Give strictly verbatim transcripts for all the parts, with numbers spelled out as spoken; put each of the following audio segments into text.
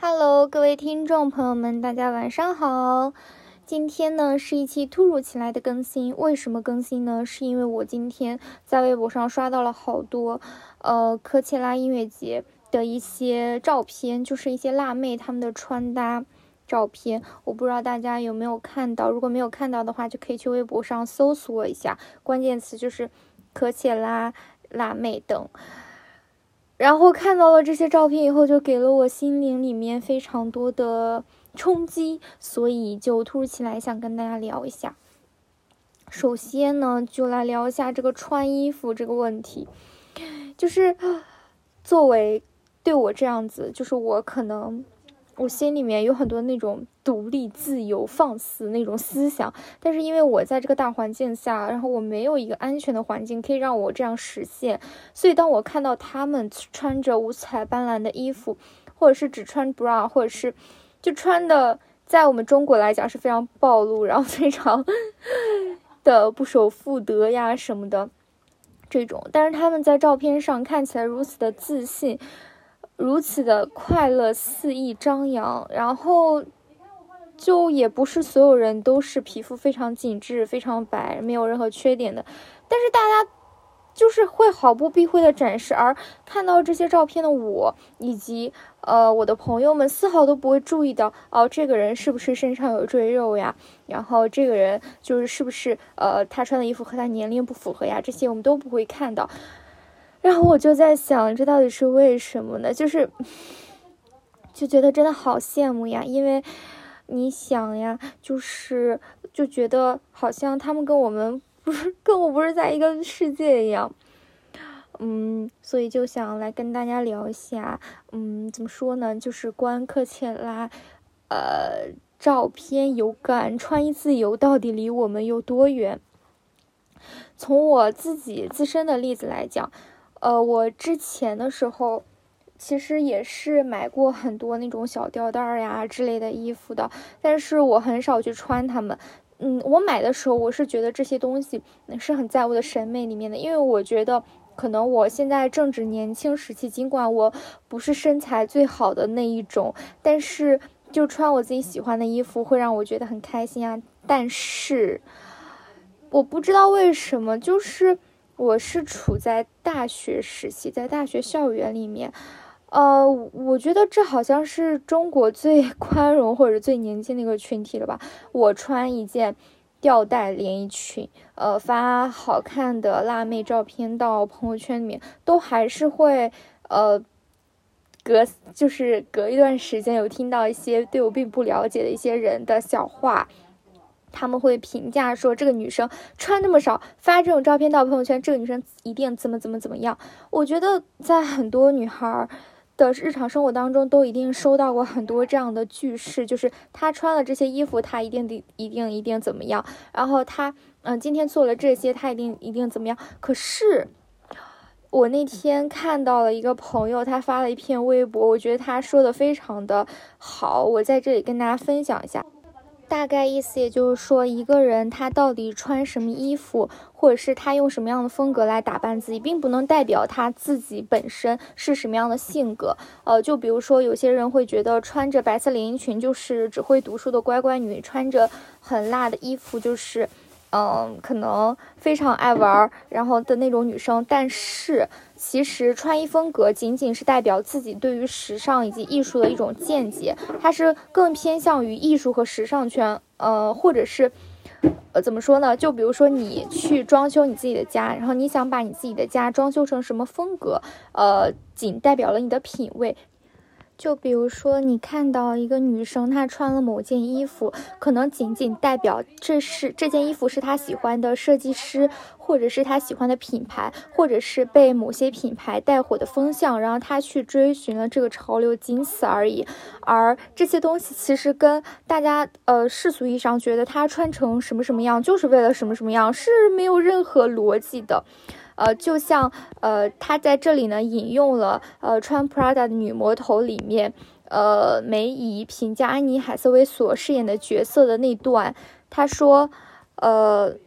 Hello，各位听众朋友们，大家晚上好。今天呢是一期突如其来的更新，为什么更新呢？是因为我今天在微博上刷到了好多，呃，科切拉音乐节的一些照片，就是一些辣妹她们的穿搭照片。我不知道大家有没有看到，如果没有看到的话，就可以去微博上搜索一下，关键词就是科切拉、辣妹等。然后看到了这些照片以后，就给了我心灵里面非常多的冲击，所以就突如其来想跟大家聊一下。首先呢，就来聊一下这个穿衣服这个问题，就是作为对我这样子，就是我可能我心里面有很多那种独立、自由、放肆那种思想，但是因为我在这个大环境下，然后我没有一个安全的环境可以让我这样实现，所以当我看到他们穿着五彩斑斓的衣服，或者是只穿 bra， 或者是就穿的在我们中国来讲是非常暴露，然后非常的不守妇德呀什么的这种，但是他们在照片上看起来如此的自信，如此的快乐肆意张扬，然后就也不是所有人都是皮肤非常紧致非常白没有任何缺点的，但是大家就是会毫不避讳的展示，而看到这些照片的我以及呃我的朋友们丝毫都不会注意到哦这个人是不是身上有赘肉呀，然后这个人就是是不是呃他穿的衣服和他年龄不符合呀，这些我们都不会看到。然后我就在想，这到底是为什么呢？就是就觉得真的好羡慕呀，因为你想呀，就是就觉得好像他们跟我们不是跟我不是在一个世界一样。嗯，所以就想来跟大家聊一下，嗯，怎么说呢？就是关科切拉，呃，照片有感，穿衣自由到底离我们有多远？从我自己自身的例子来讲。呃，我之前的时候，其实也是买过很多那种小吊带呀之类的衣服的，但是我很少去穿它们。嗯，我买的时候，我是觉得这些东西是很在我的审美里面的，因为我觉得可能我现在正值年轻时期，尽管我不是身材最好的那一种，但是就穿我自己喜欢的衣服会让我觉得很开心啊。但是我不知道为什么，就是我是处在大学时期，在大学校园里面，呃，我觉得这好像是中国最宽容或者最年轻的一个群体了吧。我穿一件吊带连衣裙，呃，发好看的辣妹照片到朋友圈里面，都还是会，呃，隔就是隔一段时间有听到一些对我并不了解的一些人的小话。他们会评价说这个女生穿这么少发这种照片到朋友圈，这个女生一定怎么怎么怎么样。我觉得在很多女孩的日常生活当中都一定收到过很多这样的句式，就是她穿了这些衣服她一定得一定一定怎么样，然后她嗯、呃、今天做了这些她一定一定怎么样。可是我那天看到了一个朋友，他发了一篇微博，我觉得他说的非常的好，我在这里跟大家分享一下。大概意思也就是说，一个人他到底穿什么衣服，或者是他用什么样的风格来打扮自己，并不能代表他自己本身是什么样的性格。呃，就比如说有些人会觉得穿着白色连衣裙就是只会读书的乖乖女，穿着很辣的衣服就是嗯，可能非常爱玩然后的那种女生。但是其实穿衣风格仅仅是代表自己对于时尚以及艺术的一种见解，它是更偏向于艺术和时尚圈，呃，或者是呃怎么说呢？就比如说你去装修你自己的家，然后你想把你自己的家装修成什么风格，呃，仅代表了你的品味。就比如说你看到一个女生她穿了某件衣服，可能仅仅代表这是这件衣服是她喜欢的设计师，或者是她喜欢的品牌，或者是被某些品牌带火的风向，然后她去追寻了这个潮流，仅此而已。而这些东西其实跟大家呃世俗意义上觉得她穿成什么什么样就是为了什么什么样是没有任何逻辑的。呃，就像呃，他在这里呢引用了呃穿 Prada 的女魔头里面，呃梅姨评价安妮海瑟薇所饰演的角色的那段，他说，呃，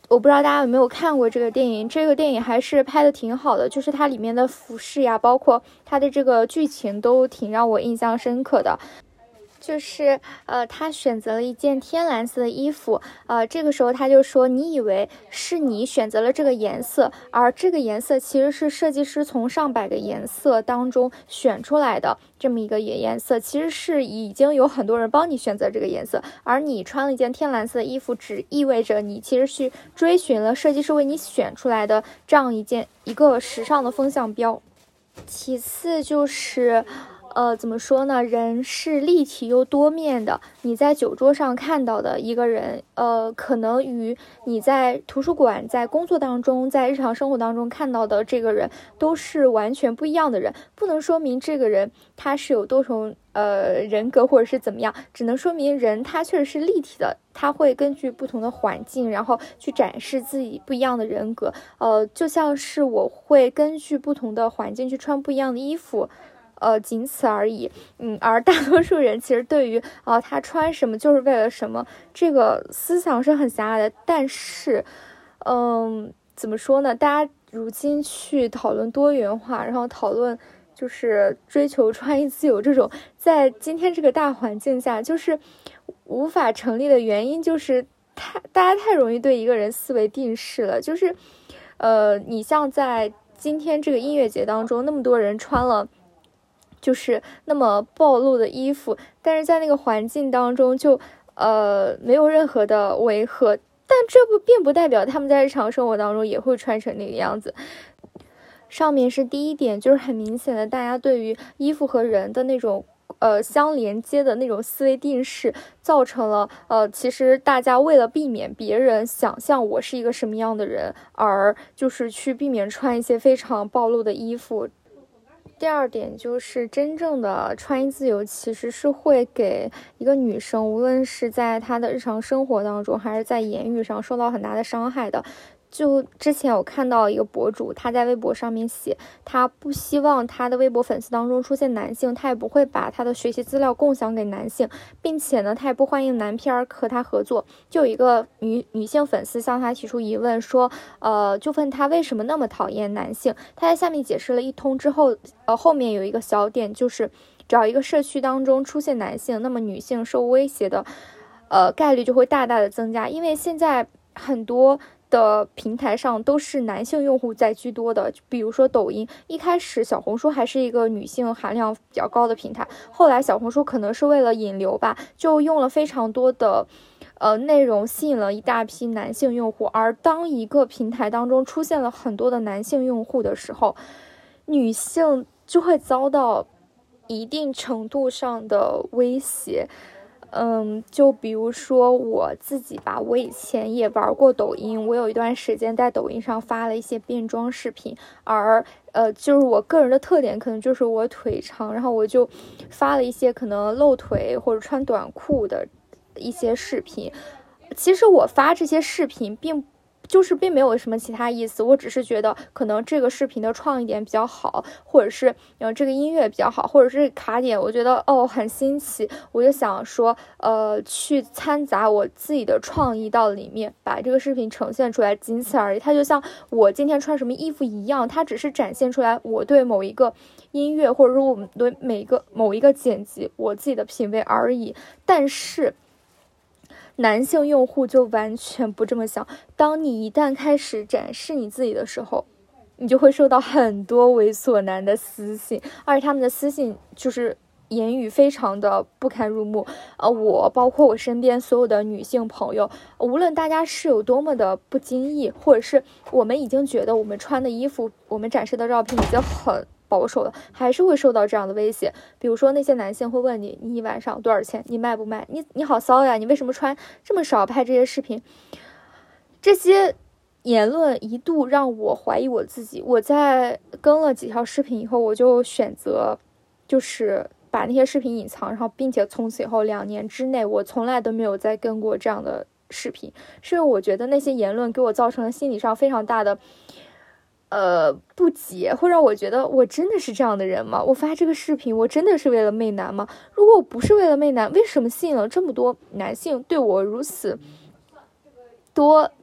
我不知道大家有没有看过这个电影，这个电影还是拍的挺好的，就是它里面的服饰呀，包括它的这个剧情都挺让我印象深刻的。就是呃，他选择了一件天蓝色的衣服，呃，这个时候他就说，你以为是你选择了这个颜色，而这个颜色其实是设计师从上百个颜色当中选出来的这么一个颜颜色，其实是已经有很多人帮你选择这个颜色，而你穿了一件天蓝色的衣服，只意味着你其实去追寻了设计师为你选出来的这样一件一个时尚的风向标。其次就是呃，怎么说呢？人是立体又多面的。你在酒桌上看到的一个人，呃，可能与你在图书馆、在工作当中、在日常生活当中看到的这个人，都是完全不一样的人。不能说明这个人他是有多重呃人格或者是怎么样，只能说明人他确实是立体的，他会根据不同的环境，然后去展示自己不一样的人格。呃，就像是我会根据不同的环境去穿不一样的衣服。呃，仅此而已。嗯，而大多数人其实对于啊、呃，他穿什么就是为了什么，这个思想是很狭隘的。但是，嗯，怎么说呢？大家如今去讨论多元化，然后讨论就是追求穿衣自由这种，在今天这个大环境下，就是无法成立的原因，就是太大家太容易对一个人思维定势了。就是，呃，你像在今天这个音乐节当中，那么多人穿了。就是那么暴露的衣服，但是在那个环境当中就呃没有任何的违和，但这不并不代表他们在日常生活当中也会穿成那个样子。上面是第一点，就是很明显的，大家对于衣服和人的那种呃相连接的那种思维定势，造成了呃其实大家为了避免别人想象我是一个什么样的人，而就是去避免穿一些非常暴露的衣服。第二点就是真正的穿衣自由其实是会给一个女生，无论是在她的日常生活当中还是在言语上受到很大的伤害的。就之前我看到一个博主，他在微博上面写，他不希望他的微博粉丝当中出现男性，他也不会把他的学习资料共享给男性，并且呢，他也不欢迎男片和他合作。就有一个女女性粉丝向他提出疑问，说，呃，就问他为什么那么讨厌男性。他在下面解释了一通之后，呃，后面有一个小点，就是只要一个社区当中出现男性，那么女性受威胁的，呃，概率就会大大的增加，因为现在很多的平台上都是男性用户在居多的，比如说抖音，一开始小红书还是一个女性含量比较高的平台，后来小红书可能是为了引流吧，就用了非常多的呃内容吸引了一大批男性用户，而当一个平台当中出现了很多的男性用户的时候，女性就会遭到一定程度上的威胁。嗯，就比如说我自己吧，我以前也玩过抖音，我有一段时间在抖音上发了一些变装视频，而呃，就是我个人的特点可能就是我腿长，然后我就发了一些可能露腿或者穿短裤的一些视频。其实我发这些视频并就是并没有什么其他意思，我只是觉得可能这个视频的创意点比较好，或者是嗯这个音乐比较好，或者是卡点我觉得哦很新奇，我就想说呃去掺杂我自己的创意到里面，把这个视频呈现出来，仅此而已。它就像我今天穿什么衣服一样，它只是展现出来我对某一个音乐或者说我们对每个某一个剪辑我自己的品味而已。但是男性用户就完全不这么想，当你一旦开始展示你自己的时候，你就会收到很多猥琐男的私信，而且他们的私信就是言语非常的不堪入目。呃，我包括我身边所有的女性朋友，无论大家是有多么的不经意，或者是我们已经觉得我们穿的衣服，我们展示的照片已经很保守了，还是会受到这样的威胁。比如说那些男性会问你，你一晚上多少钱？你卖不卖？你你好骚呀！你为什么穿这么少拍这些视频？这些言论一度让我怀疑我自己。我在更了几条视频以后，我就选择就是把那些视频隐藏，然后并且从此以后两年之内，我从来都没有再跟过这样的视频，是因为我觉得那些言论给我造成了心理上非常大的呃，不解，会让我觉得我真的是这样的人吗？我发这个视频，我真的是为了媚男吗？如果我不是为了媚男，为什么吸引了这么多男性对我如此多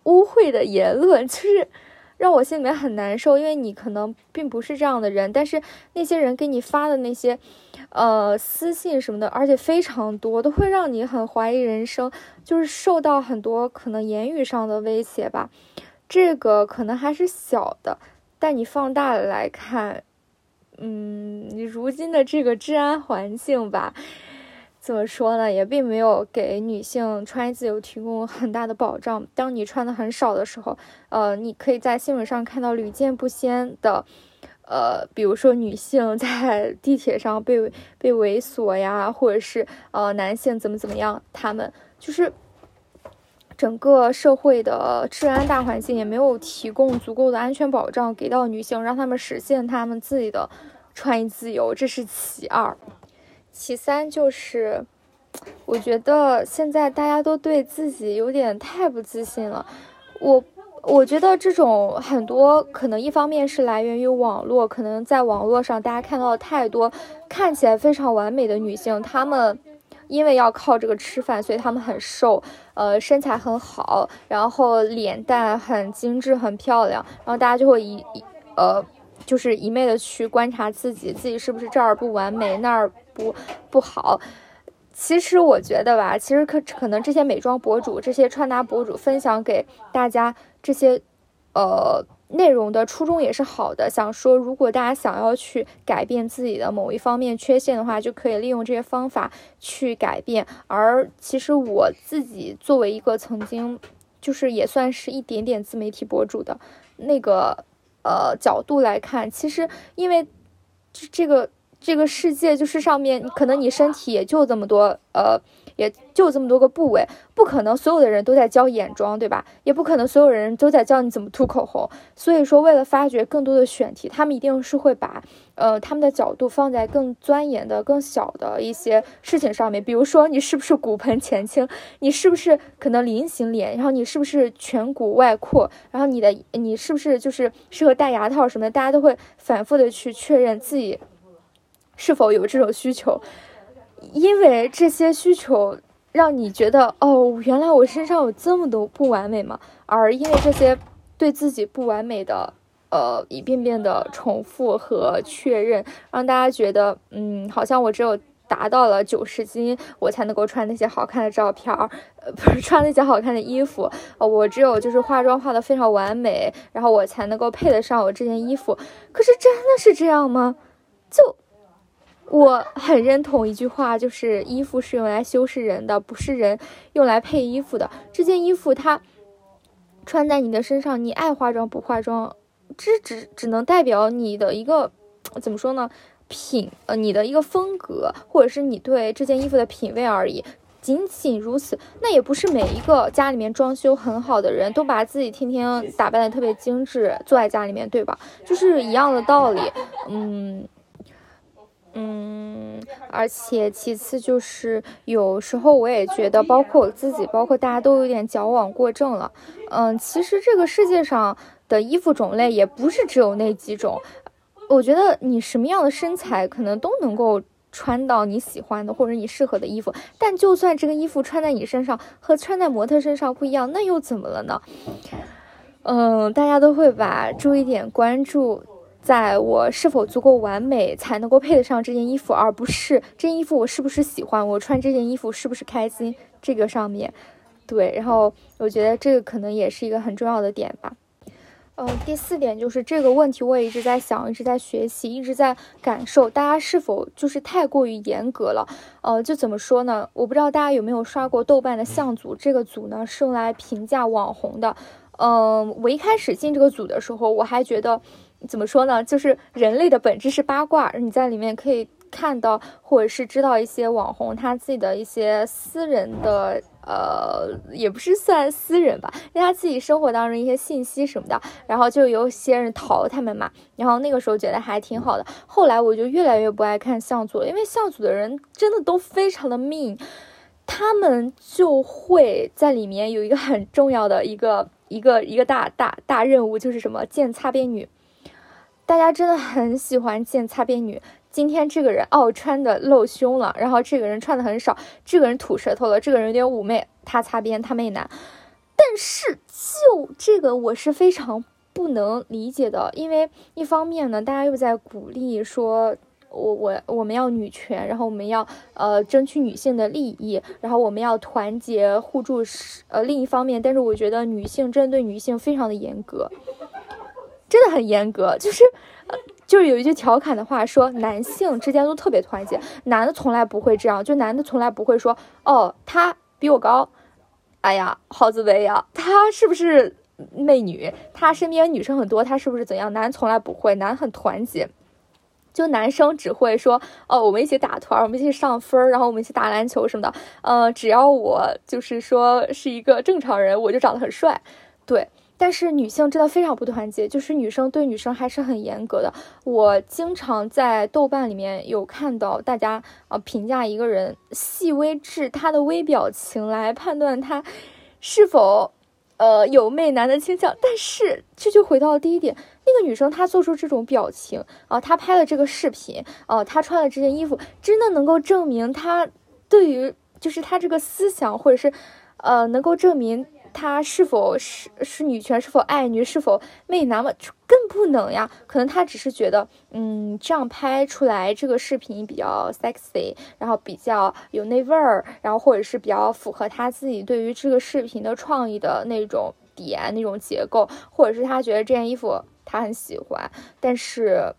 污秽的言论，就是让我心里面很难受。因为你可能并不是这样的人，但是那些人给你发的那些呃私信什么的，而且非常多，都会让你很怀疑人生，就是受到很多可能言语上的威胁吧。这个可能还是小的，但你放大了来看，嗯，你如今的这个治安环境吧，怎么说呢，也并没有给女性穿衣自由提供很大的保障。当你穿的很少的时候，呃，你可以在新闻上看到屡见不鲜的，呃，比如说女性在地铁上被被猥琐呀，或者是呃男性怎么怎么样，他们就是整个社会的治安大环境也没有提供足够的安全保障给到女性，让他们实现他们自己的穿衣自由，这是其二。其三就是，我觉得现在大家都对自己有点太不自信了。我我觉得这种很多可能一方面是来源于网络，可能在网络上大家看到了太多看起来非常完美的女性，她们因为要靠这个吃饭，所以她们很瘦，呃，身材很好，然后脸蛋很精致、很漂亮，然后大家就会以呃，就是一昧的去观察自己，自己是不是这儿不完美，那儿不不好。其实我觉得吧，其实可可能这些美妆博主、这些穿搭博主分享给大家这些呃内容的初衷也是好的，想说如果大家想要去改变自己的某一方面缺陷的话，就可以利用这些方法去改变。而其实我自己作为一个曾经就是也算是一点点自媒体博主的那个呃角度来看，其实因为这个这个世界就是上面可能你身体也就这么多呃也就这么多个部位，不可能所有的人都在教眼妆，对吧？也不可能所有人都在教你怎么涂口红。所以说为了发掘更多的选题，他们一定是会把呃他们的角度放在更钻研的更小的一些事情上面。比如说你是不是骨盆前倾，你是不是可能菱形脸，然后你是不是颧骨外扩，然后你的你是不是就是适合戴牙套什么的，大家都会反复的去确认自己是否有这种需求。因为这些需求让你觉得哦，原来我身上有这么多不完美吗？而因为这些对自己不完美的呃一遍遍的重复和确认，让大家觉得嗯，好像我只有达到了九十斤，我才能够穿那些好看的照片儿，呃，不是穿那些好看的衣服，呃，我只有就是化妆化的非常完美，然后我才能够配得上我这件衣服。可是真的是这样吗？就我很认同一句话，就是衣服是用来修饰人的，不是人用来配衣服的。这件衣服它穿在你的身上，你爱化妆不化妆，这只只能代表你的一个怎么说呢品呃你的一个风格，或者是你对这件衣服的品味而已，仅仅如此。那也不是每一个家里面装修很好的人都把自己天天打扮的特别精致坐在家里面，对吧？就是一样的道理。嗯嗯，而且其次就是有时候我也觉得，包括我自己，包括大家都有点矫枉过正了。嗯，其实这个世界上的衣服种类也不是只有那几种。我觉得你什么样的身材可能都能够穿到你喜欢的或者你适合的衣服，但就算这个衣服穿在你身上和穿在模特身上不一样，那又怎么了呢？嗯，大家都会把注意点关注在我是否足够完美才能够配得上这件衣服，而不是这件衣服我是不是喜欢，我穿这件衣服是不是开心，这个上面。对，然后我觉得这个可能也是一个很重要的点吧。呃，第四点就是这个问题，我也一直在想，一直在学习，一直在感受，大家是否就是太过于严格了？呃，就怎么说呢？我不知道大家有没有刷过豆瓣的象组，这个组呢是用来评价网红的。嗯、呃，我一开始进这个组的时候，我还觉得怎么说呢？就是人类的本质是八卦，你在里面可以看到或者是知道一些网红他自己的一些私人的。呃，也不是算私人吧，因为他自己生活当中一些信息什么的，然后就有些人淘他们嘛，然后那个时候觉得还挺好的。后来我就越来越不爱看相组了，因为相组的人真的都非常的命，他们就会在里面有一个很重要的一个一个一个大大大任务，就是什么见擦边女。大家真的很喜欢见擦边女。今天这个人哦穿的露胸了，然后这个人穿的很少，这个人吐舌头了，这个人有点妩媚，他擦边他媚男。但是就这个我是非常不能理解的，因为一方面呢，大家又在鼓励说我我我们要女权，然后我们要呃争取女性的利益，然后我们要团结互助，呃另一方面，但是我觉得女性针对女性非常的严格，真的很严格，就是呃就是有一句调侃的话说，男性之间都特别团结，男的从来不会这样，就男的从来不会说哦他比我高，哎呀好自卑呀，他是不是媚女，他身边女生很多，他是不是怎样，男从来不会，男很团结。就男生只会说哦，我们一起打团，我们一起上分，然后我们一起打篮球什么的。呃，只要我就是说是一个正常人，我就长得很帅。对，但是女性真的非常不团结，就是女生对女生还是很严格的。我经常在豆瓣里面有看到大家呃评价一个人，细微至他的微表情来判断他是否呃有媚男的倾向。但是这就回到了第一点。那个女生她做出这种表情啊、呃，她拍了这个视频啊、呃，她穿了这件衣服，真的能够证明她对于就是她这个思想，或者是呃能够证明她是否是是女权，是否爱女，是否媚男吗？更不能呀。可能她只是觉得嗯这样拍出来这个视频比较 sexy， 然后比较有那味儿，然后或者是比较符合她自己对于这个视频的创意的那种点那种结构，或者是她觉得这件衣服他很喜欢，但是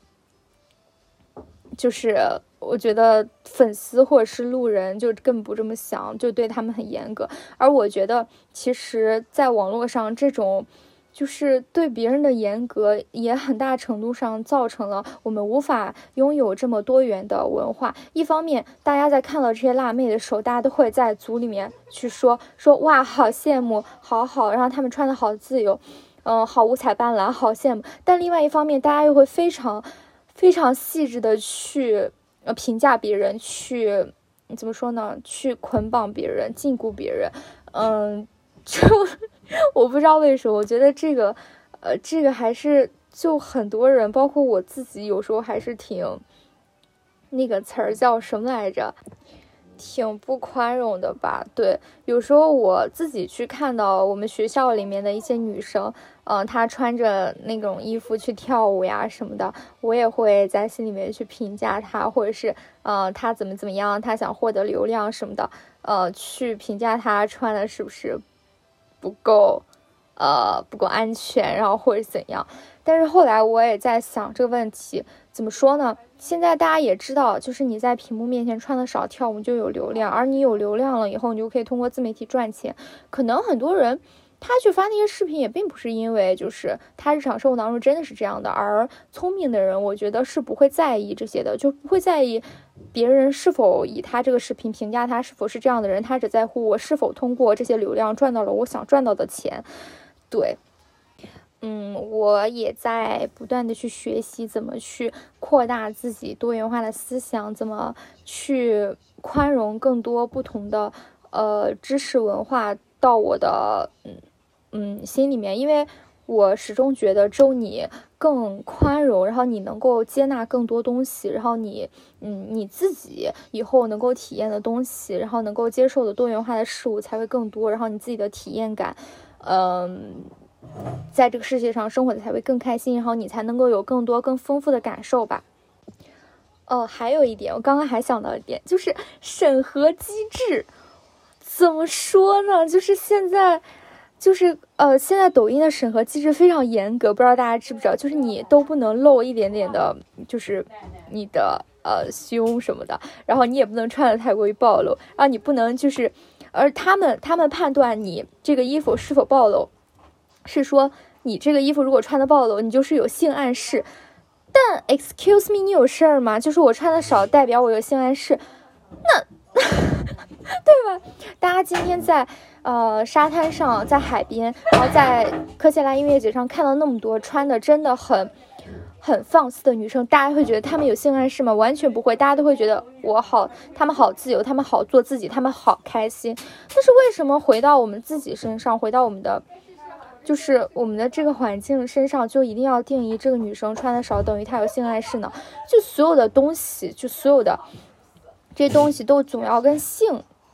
就是我觉得粉丝或者是路人就更不这么想，就对他们很严格。而我觉得其实在网络上这种就是对别人的严格也很大程度上造成了我们无法拥有这么多元的文化。一方面大家在看到这些辣妹的时候，大家都会在组里面去说说哇好羡慕，好好，然后他们穿的好自由，嗯，好五彩斑斓，好羡慕。但另外一方面，大家又会非常、非常细致的去呃评价别人，去怎么说呢？去捆绑别人，禁锢别人。嗯，就我不知道为什么，我觉得这个，呃，这个还是就很多人，包括我自己，有时候还是挺那个词儿叫什么来着？挺不宽容的吧。对，有时候我自己去看到我们学校里面的一些女生，嗯、呃，她穿着那种衣服去跳舞呀什么的，我也会在心里面去评价她，或者是呃她怎么怎么样，她想获得流量什么的，呃，去评价她穿的是不是不够呃不够安全，然后或者怎样。但是后来我也在想这个问题，怎么说呢？现在大家也知道，就是你在屏幕面前穿的少，跳舞就有流量，而你有流量了以后，你就可以通过自媒体赚钱。可能很多人他去发那些视频，也并不是因为就是他日常生活当中真的是这样的，而聪明的人，我觉得是不会在意这些的，就不会在意别人是否以他这个视频评价他是否是这样的人，他只在乎我是否通过这些流量赚到了我想赚到的钱。对。嗯，我也在不断的去学习怎么去扩大自己多元化的思想，怎么去宽容更多不同的呃知识文化到我的嗯嗯心里面，因为我始终觉得只有你更宽容，然后你能够接纳更多东西，然后你嗯你自己以后能够体验的东西，然后能够接受的多元化的事物才会更多，然后你自己的体验感，嗯。在这个世界上生活的才会更开心，然后你才能够有更多更丰富的感受吧。哦，还有一点，我刚刚还想到一点，就是审核机制。怎么说呢？就是现在，就是呃，现在抖音的审核机制非常严格，不知道大家知不知道？就是你都不能露一点点的，就是你的呃胸什么的，然后你也不能穿的太过于暴露，然后你不能就是，而他们他们判断你这个衣服是否暴露。是说你这个衣服如果穿的暴露，你就是有性暗示。但 excuse me， 你有事儿吗？就是我穿的少代表我有性暗示，那对吧？大家今天在呃沙滩上，在海边，然后在科切拉音乐节上看到那么多穿的真的很很放肆的女生，大家会觉得她们有性暗示吗？完全不会，大家都会觉得我好，她们好自由，她们好做自己，她们好开心。但是为什么回到我们自己身上，回到我们的就是我们的这个环境身上，就一定要定义这个女生穿的少等于她有性暗示呢？就所有的东西，就所有的这些东西都总要跟性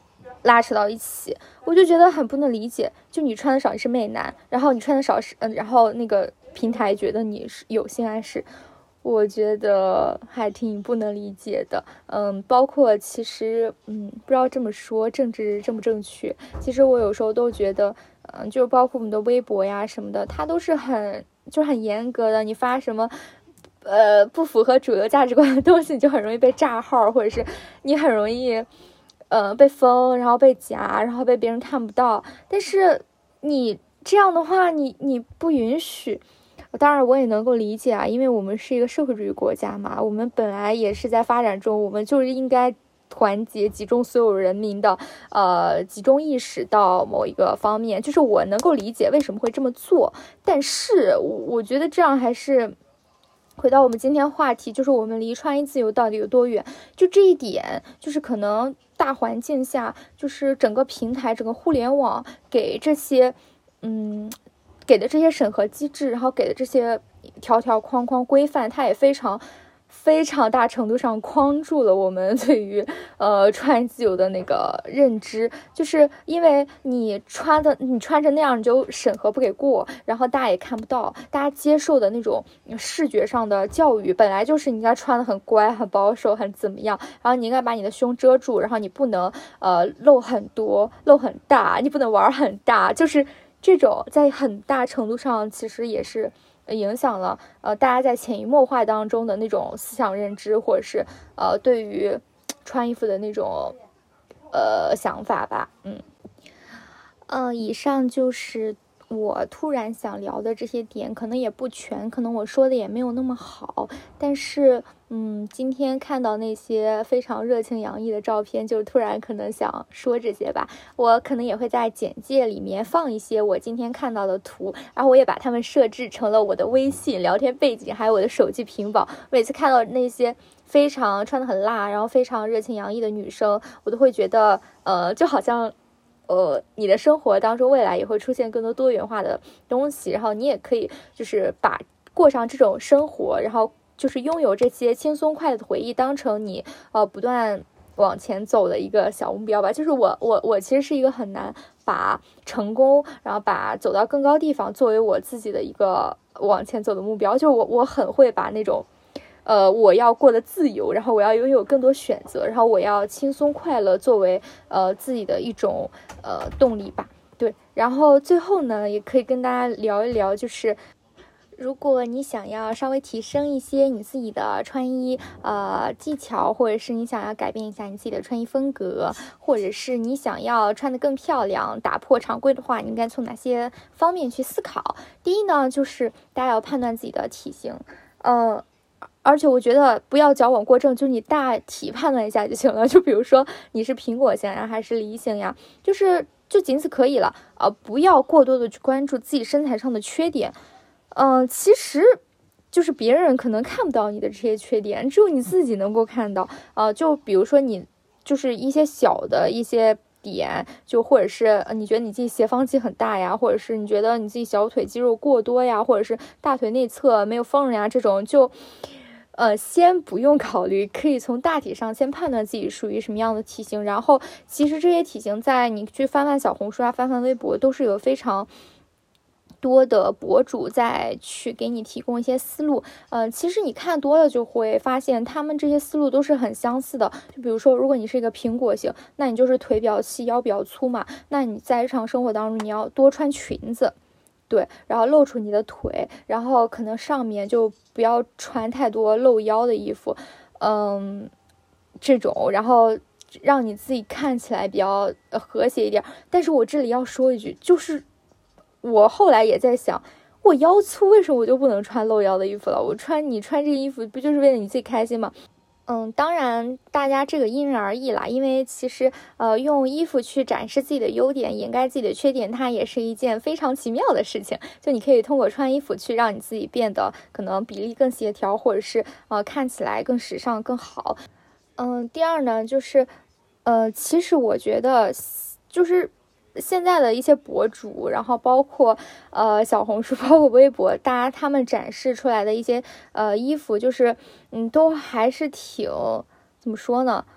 拉扯到一起，我就觉得很不能理解。就你穿的少你是媚男，然后你穿的少是嗯，然后那个平台觉得你是有性暗示，我觉得还挺不能理解的。嗯，包括其实嗯，不知道这么说政治正不正确，其实我有时候都觉得嗯，就包括我们的微博呀什么的，它都是很就是很严格的，你发什么呃不符合主流价值观的东西，你就很容易被炸号，或者是你很容易呃被封，然后被夹，然后被别人看不到。但是你这样的话，你你不允许。当然我也能够理解啊，因为我们是一个社会主义国家嘛，我们本来也是在发展中，我们就是应该团结集中所有人民的呃集中意识到某一个方面，就是我能够理解为什么会这么做。但是我觉得这样还是回到我们今天话题，就是我们离穿衣自由到底有多远，就这一点，就是可能大环境下，就是整个平台整个互联网给这些嗯给的这些审核机制，然后给的这些条条框框规范，它也非常非常大程度上框住了我们对于呃穿自由的那个认知。就是因为你穿的你穿成那样，你就审核不给过，然后大家也看不到，大家接受的那种视觉上的教育本来就是你应该穿的很乖很保守很怎么样，然后你应该把你的胸遮住，然后你不能呃露很多露很大，你不能玩很大，就是这种在很大程度上其实也是影响了呃大家在潜移默化当中的那种思想认知，或者是呃对于穿衣服的那种呃想法吧。嗯呃，以上就是我突然想聊的这些点，可能也不全，可能我说的也没有那么好，但是嗯，今天看到那些非常热情洋溢的照片，就突然可能想说这些吧。我可能也会在简介里面放一些我今天看到的图，然后我也把它们设置成了我的微信聊天背景，还有我的手机屏保。每次看到那些非常穿得很辣，然后非常热情洋溢的女生，我都会觉得呃，就好像呃，你的生活当中未来也会出现更多多元化的东西，然后你也可以就是把过上这种生活，然后就是拥有这些轻松快乐的回忆当成你呃不断往前走的一个小目标吧。就是我我我其实是一个很难把成功，然后把走到更高地方作为我自己的一个往前走的目标。就我我很会把那种呃，我要过得自由，然后我要拥有更多选择，然后我要轻松快乐作为呃自己的一种呃动力吧。对，然后最后呢，也可以跟大家聊一聊，就是如果你想要稍微提升一些你自己的穿衣呃技巧，或者是你想要改变一下你自己的穿衣风格，或者是你想要穿得更漂亮，打破常规的话，你应该从哪些方面去思考？第一呢，就是大家要判断自己的体型，呃。而且我觉得不要矫枉过正，就是你大体判断一下就行了。就比如说你是苹果型呀，还是梨形呀，就是就仅此可以了啊、呃！不要过多的去关注自己身材上的缺点，嗯、呃，其实就是别人可能看不到你的这些缺点，只有你自己能够看到啊、呃。就比如说你就是一些小的一些点，就或者是你觉得你自己斜方肌很大呀，或者是你觉得你自己小腿肌肉过多呀，或者是大腿内侧没有缝呀，这种就。呃，先不用考虑，可以从大体上先判断自己属于什么样的体型。然后，其实这些体型在你去翻翻小红书啊、翻翻微博，都是有非常多的博主在去给你提供一些思路。呃，其实你看多了就会发现，他们这些思路都是很相似的。就比如说，如果你是一个苹果型，那你就是腿比较细、腰比较粗嘛，那你在日常生活当中你要多穿裙子。对，然后露出你的腿，然后可能上面就不要穿太多露腰的衣服，嗯，这种，然后让你自己看起来比较和谐一点。但是我这里要说一句，就是我后来也在想，我腰粗，为什么我就不能穿露腰的衣服了？我穿你穿这个衣服不就是为了你自己开心吗？嗯，当然，大家这个因人而异啦。因为其实，呃，用衣服去展示自己的优点，掩盖自己的缺点，它也是一件非常奇妙的事情。就你可以通过穿衣服去让你自己变得可能比例更协调，或者是呃看起来更时尚、更好。嗯，第二呢，就是，呃，其实我觉得就是。现在的一些博主，然后包括呃小红书，包括微博，大家他们展示出来的一些呃衣服，就是嗯，都还是挺怎么说呢，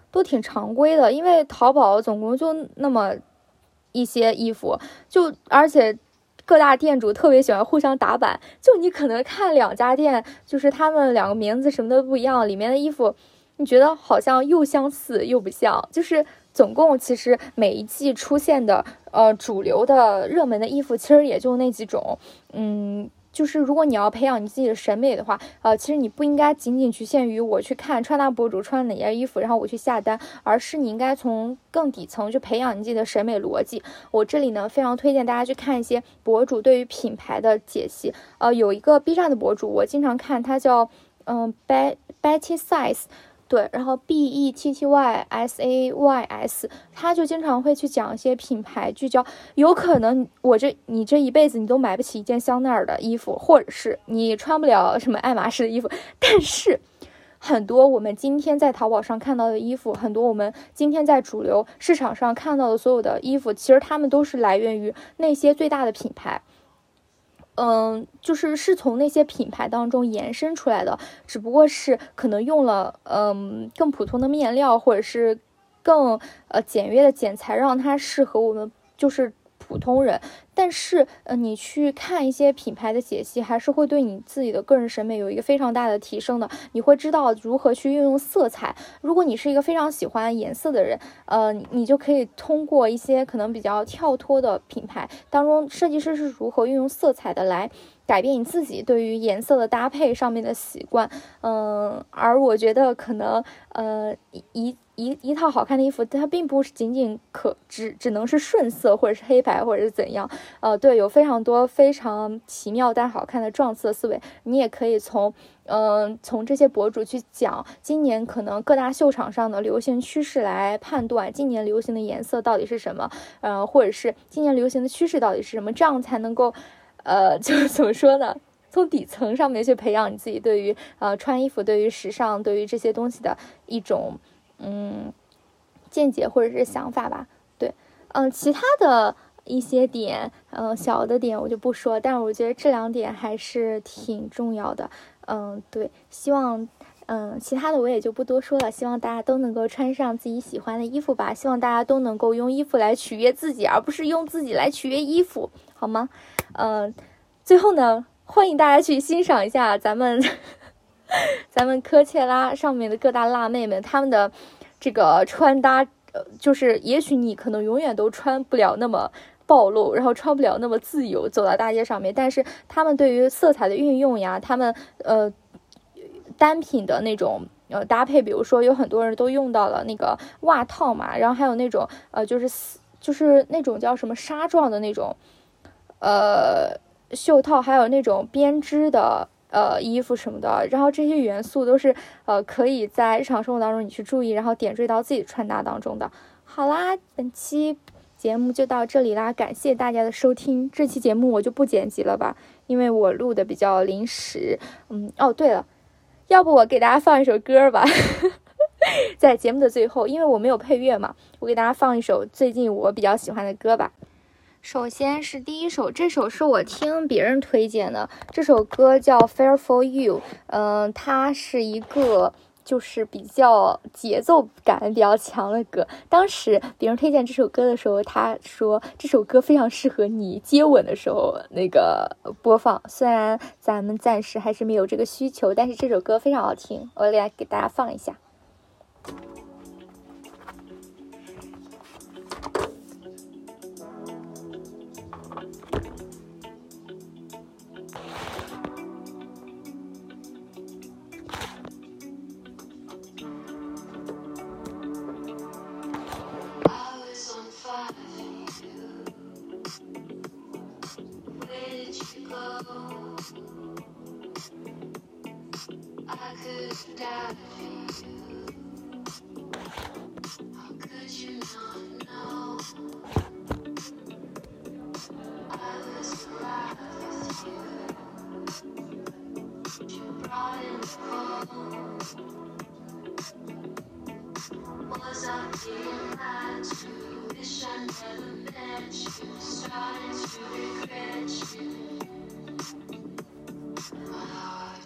都挺常规的，因为淘宝总共就那么一些衣服，就而且各大店主特别喜欢互相打版，就你可能看两家店，就是他们两个名字什么的不一样，里面的衣服你觉得好像又相似又不像，就是总共其实每一季出现的呃主流的热门的衣服其实也就那几种，嗯。就是如果你要培养你自己的审美的话，呃，其实你不应该仅仅局限于我去看穿搭博主穿哪件衣服，然后我去下单，而是你应该从更底层去培养你自己的审美逻辑。我这里呢非常推荐大家去看一些博主对于品牌的解析，呃，有一个 B 站的博主，我经常看，他叫嗯 Betty Size。对，然后 B E T T Y S A Y S， 他就经常会去讲一些品牌聚焦，有可能我这你这一辈子你都买不起一件香奈儿的衣服，或者是你穿不了什么爱马仕的衣服，但是很多我们今天在淘宝上看到的衣服，很多我们今天在主流市场上看到的所有的衣服，其实他们都是来源于那些最大的品牌。嗯，就是是从那些品牌当中延伸出来的，只不过是可能用了嗯更普通的面料，或者是更呃简约的剪裁，让它适合我们就是普通人。但是呃你去看一些品牌的解析，还是会对你自己的个人审美有一个非常大的提升的。你会知道如何去运用色彩。如果你是一个非常喜欢颜色的人，呃，你就可以通过一些可能比较跳脱的品牌当中，设计师是如何运用色彩的来改变你自己对于颜色的搭配上面的习惯。嗯，而我觉得可能呃一一一套好看的衣服，它并不是仅仅可只只能是顺色或者是黑白或者是怎样。呃，对，有非常多非常奇妙但好看的撞色思维，你也可以从嗯、呃、从这些博主去讲今年可能各大秀场上的流行趋势来判断今年流行的颜色到底是什么，呃，或者是今年流行的趋势到底是什么，这样才能够呃就是怎么说呢？从底层上面去培养你自己对于呃穿衣服、对于时尚、对于这些东西的一种嗯见解或者是想法吧。对，嗯、呃，其他的一些点，嗯、呃，小的点我就不说，但是我觉得这两点还是挺重要的。嗯，对，希望。嗯，其他的我也就不多说了。希望大家都能够穿上自己喜欢的衣服吧。希望大家都能够用衣服来取悦自己，而不是用自己来取悦衣服，好吗？嗯，最后呢，欢迎大家去欣赏一下咱们咱们科切拉上面的各大辣妹们，她们的这个穿搭，呃，就是也许你可能永远都穿不了那么暴露，然后穿不了那么自由走到大街上面，但是他们对于色彩的运用呀，他们呃单品的那种呃搭配，比如说有很多人都用到了那个袜套嘛，然后还有那种呃就是就是那种叫什么纱状的那种呃袖套，还有那种编织的呃衣服什么的，然后这些元素都是呃可以在日常生活当中你去注意，然后点缀到自己穿搭当中的。好啦，本期节目就到这里啦，感谢大家的收听。这期节目我就不剪辑了吧，因为我录的比较临时。嗯，哦对了，要不我给大家放一首歌吧。在节目的最后，因为我没有配乐嘛，我给大家放一首最近我比较喜欢的歌吧。首先是第一首，这首是我听别人推荐的，这首歌叫 Fair for You。 嗯、呃，它是一个就是比较节奏感比较强的歌。当时别人推荐这首歌的时候，他说这首歌非常适合你接吻的时候那个播放，虽然咱们暂时还是没有这个需求，但是这首歌非常好听，我来给大家放一下。Was I being lied to? Wish I never met you. Starting to regret you. My heart just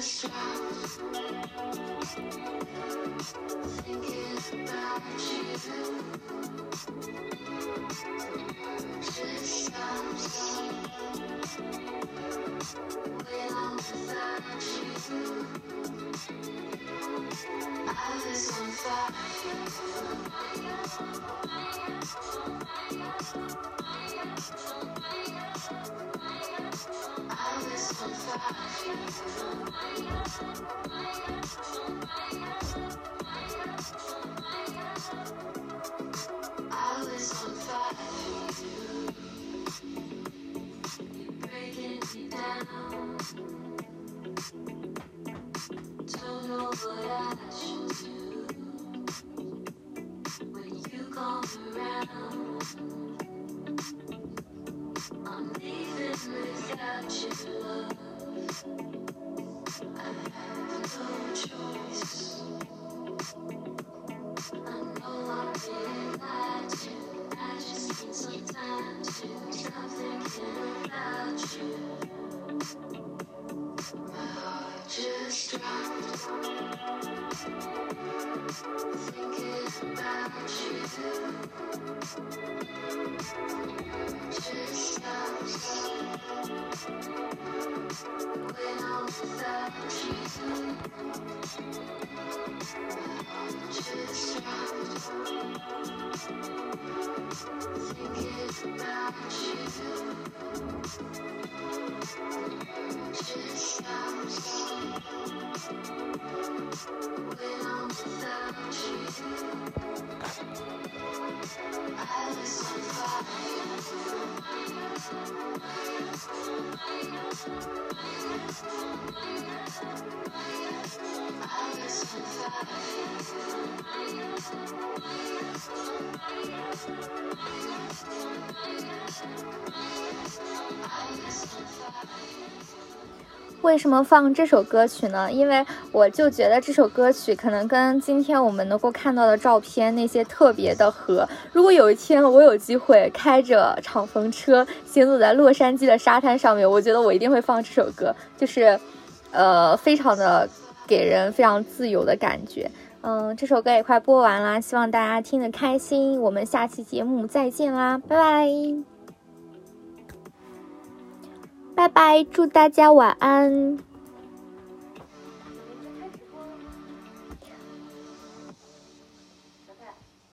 为什么放这首歌曲呢？因为我就觉得这首歌曲可能跟今天我们能够看到的照片那些特别的合。如果有一天我有机会开着敞篷车行走在洛杉矶的沙滩上面，我觉得我一定会放这首歌，就是呃非常的给人非常自由的感觉。嗯，这首歌也快播完啦，希望大家听得开心，我们下期节目再见啦，拜拜拜拜，祝大家晚安。